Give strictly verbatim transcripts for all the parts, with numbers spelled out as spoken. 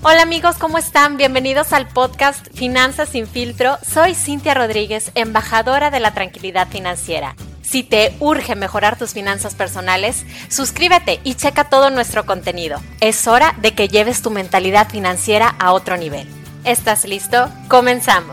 Hola amigos, ¿cómo están? Bienvenidos al podcast Finanzas sin Filtro. Soy Cintia Rodríguez, embajadora de la tranquilidad financiera. Si te urge mejorar tus finanzas personales, suscríbete y checa todo nuestro contenido. Es hora de que lleves tu mentalidad financiera a otro nivel. ¿Estás listo? ¡Comenzamos!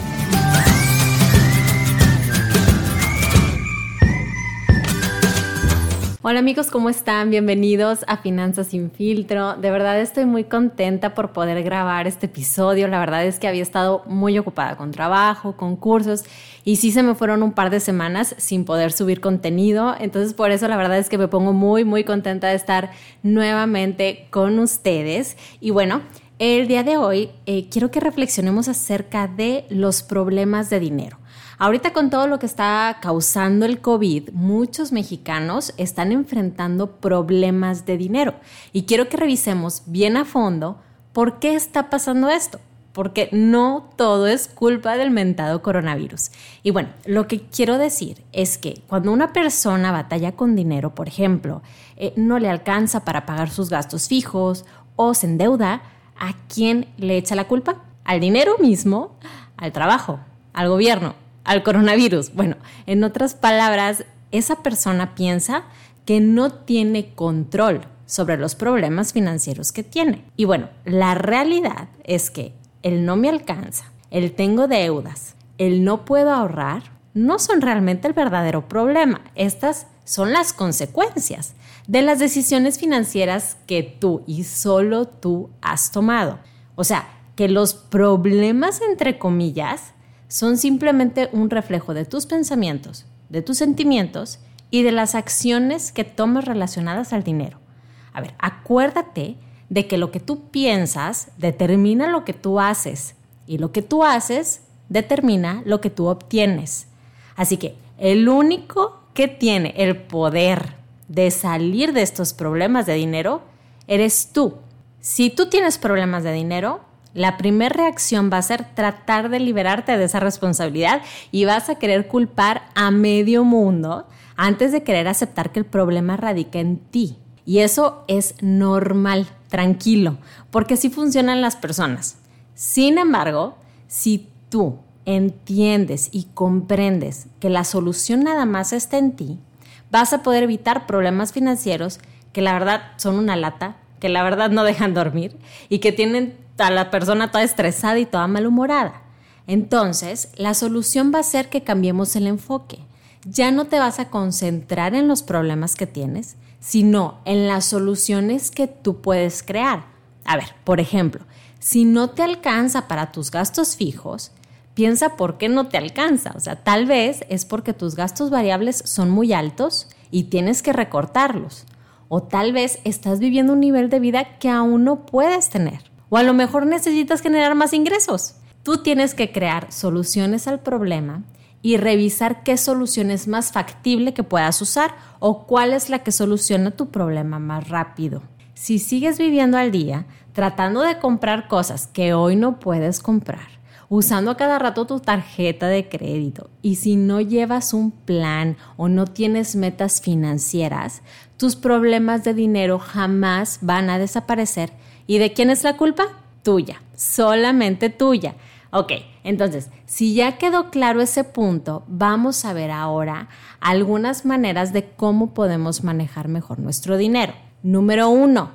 Hola amigos, ¿cómo están? Bienvenidos a Finanzas sin Filtro. De verdad estoy muy contenta por poder grabar este episodio. La verdad es que había estado muy ocupada con trabajo, con cursos y sí se me fueron un par de semanas sin poder subir contenido. Entonces por eso la verdad es que me pongo muy muy contenta de estar nuevamente con ustedes. Y bueno, el día de hoy eh, quiero que reflexionemos acerca de los problemas de dinero. Ahorita con todo lo que está causando el COVID, muchos mexicanos están enfrentando problemas de dinero y quiero que revisemos bien a fondo por qué está pasando esto, porque no todo es culpa del mentado coronavirus. Y bueno, lo que quiero decir es que cuando una persona batalla con dinero, por ejemplo, eh, no le alcanza para pagar sus gastos fijos o se endeuda, ¿a quién le echa la culpa? ¿Al dinero mismo? ¿Al trabajo? ¿Al gobierno? ¿Al coronavirus? Bueno, en otras palabras, esa persona piensa que no tiene control sobre los problemas financieros que tiene. Y bueno, la realidad es que el no me alcanza, el tengo deudas, el no puedo ahorrar, no son realmente el verdadero problema. Estas son las consecuencias de las decisiones financieras que tú y solo tú has tomado. O sea, que los problemas, entre comillas, son simplemente un reflejo de tus pensamientos, de tus sentimientos y de las acciones que tomas relacionadas al dinero. A ver, acuérdate de que lo que tú piensas determina lo que tú haces y lo que tú haces determina lo que tú obtienes. Así que el único que tiene el poder de salir de estos problemas de dinero eres tú. Si tú tienes problemas de dinero, la primera reacción va a ser tratar de liberarte de esa responsabilidad y vas a querer culpar a medio mundo antes de querer aceptar que el problema radica en ti. Y eso es normal, tranquilo, porque así funcionan las personas. Sin embargo, si tú entiendes y comprendes que la solución nada más está en ti, vas a poder evitar problemas financieros que la verdad son una lata, que la verdad no dejan dormir y que tienen a la persona toda estresada y toda malhumorada. Entonces, la solución va a ser que cambiemos el enfoque. Ya no te vas a concentrar en los problemas que tienes, sino en las soluciones que tú puedes crear. A ver, por ejemplo, si no te alcanza para tus gastos fijos, piensa por qué no te alcanza. O sea, tal vez es porque tus gastos variables son muy altos y tienes que recortarlos. O tal vez estás viviendo un nivel de vida que aún no puedes tener. O a lo mejor necesitas generar más ingresos. Tú tienes que crear soluciones al problema y revisar qué solución es más factible que puedas usar o cuál es la que soluciona tu problema más rápido. Si sigues viviendo al día, tratando de comprar cosas que hoy no puedes comprar, usando a cada rato tu tarjeta de crédito y si no llevas un plan o no tienes metas financieras, tus problemas de dinero jamás van a desaparecer. ¿Y de quién es la culpa? Tuya, solamente tuya. Ok, entonces, si ya quedó claro ese punto, vamos a ver ahora algunas maneras de cómo podemos manejar mejor nuestro dinero. Número uno,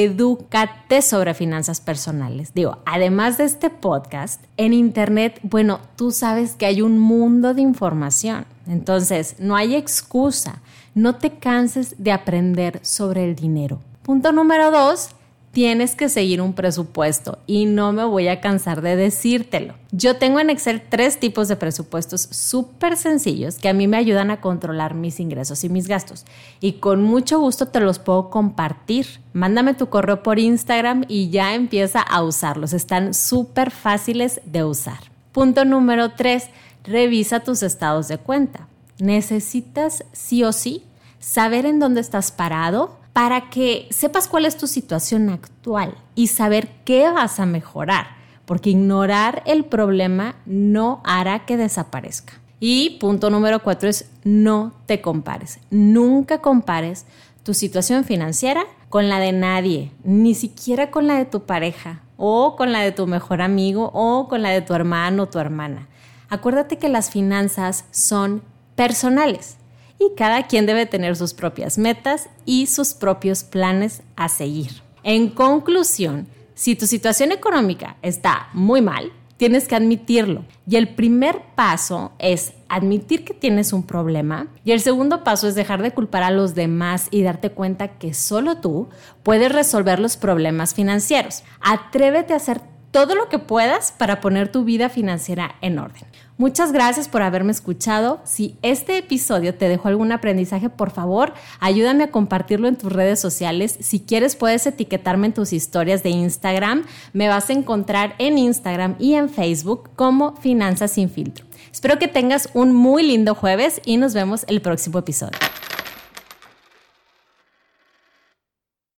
edúcate sobre finanzas personales. Digo, además de este podcast, en internet, bueno, tú sabes que hay un mundo de información. Entonces, no hay excusa. No te canses de aprender sobre el dinero. Punto número dos, tienes que seguir un presupuesto y no me voy a cansar de decírtelo. Yo tengo en Excel tres tipos de presupuestos súper sencillos que a mí me ayudan a controlar mis ingresos y mis gastos y con mucho gusto te los puedo compartir. Mándame tu correo por Instagram y ya empieza a usarlos. Están súper fáciles de usar. Punto número tres, revisa tus estados de cuenta. Necesitas sí o sí saber en dónde estás parado para que sepas cuál es tu situación actual y saber qué vas a mejorar, porque ignorar el problema no hará que desaparezca. Y punto número cuatro es no te compares. Nunca compares tu situación financiera con la de nadie, ni siquiera con la de tu pareja o con la de tu mejor amigo o con la de tu hermano o tu hermana. Acuérdate que las finanzas son personales y cada quien debe tener sus propias metas y sus propios planes a seguir. En conclusión, si tu situación económica está muy mal, tienes que admitirlo. Y el primer paso es admitir que tienes un problema. Y el segundo paso es dejar de culpar a los demás y darte cuenta que solo tú puedes resolver los problemas financieros. Atrévete a hacer todo lo que puedas para poner tu vida financiera en orden. Muchas gracias por haberme escuchado. Si este episodio te dejó algún aprendizaje, por favor, ayúdame a compartirlo en tus redes sociales. Si quieres, puedes etiquetarme en tus historias de Instagram. Me vas a encontrar en Instagram y en Facebook como Finanzas Sin Filtro. Espero que tengas un muy lindo jueves y nos vemos el próximo episodio.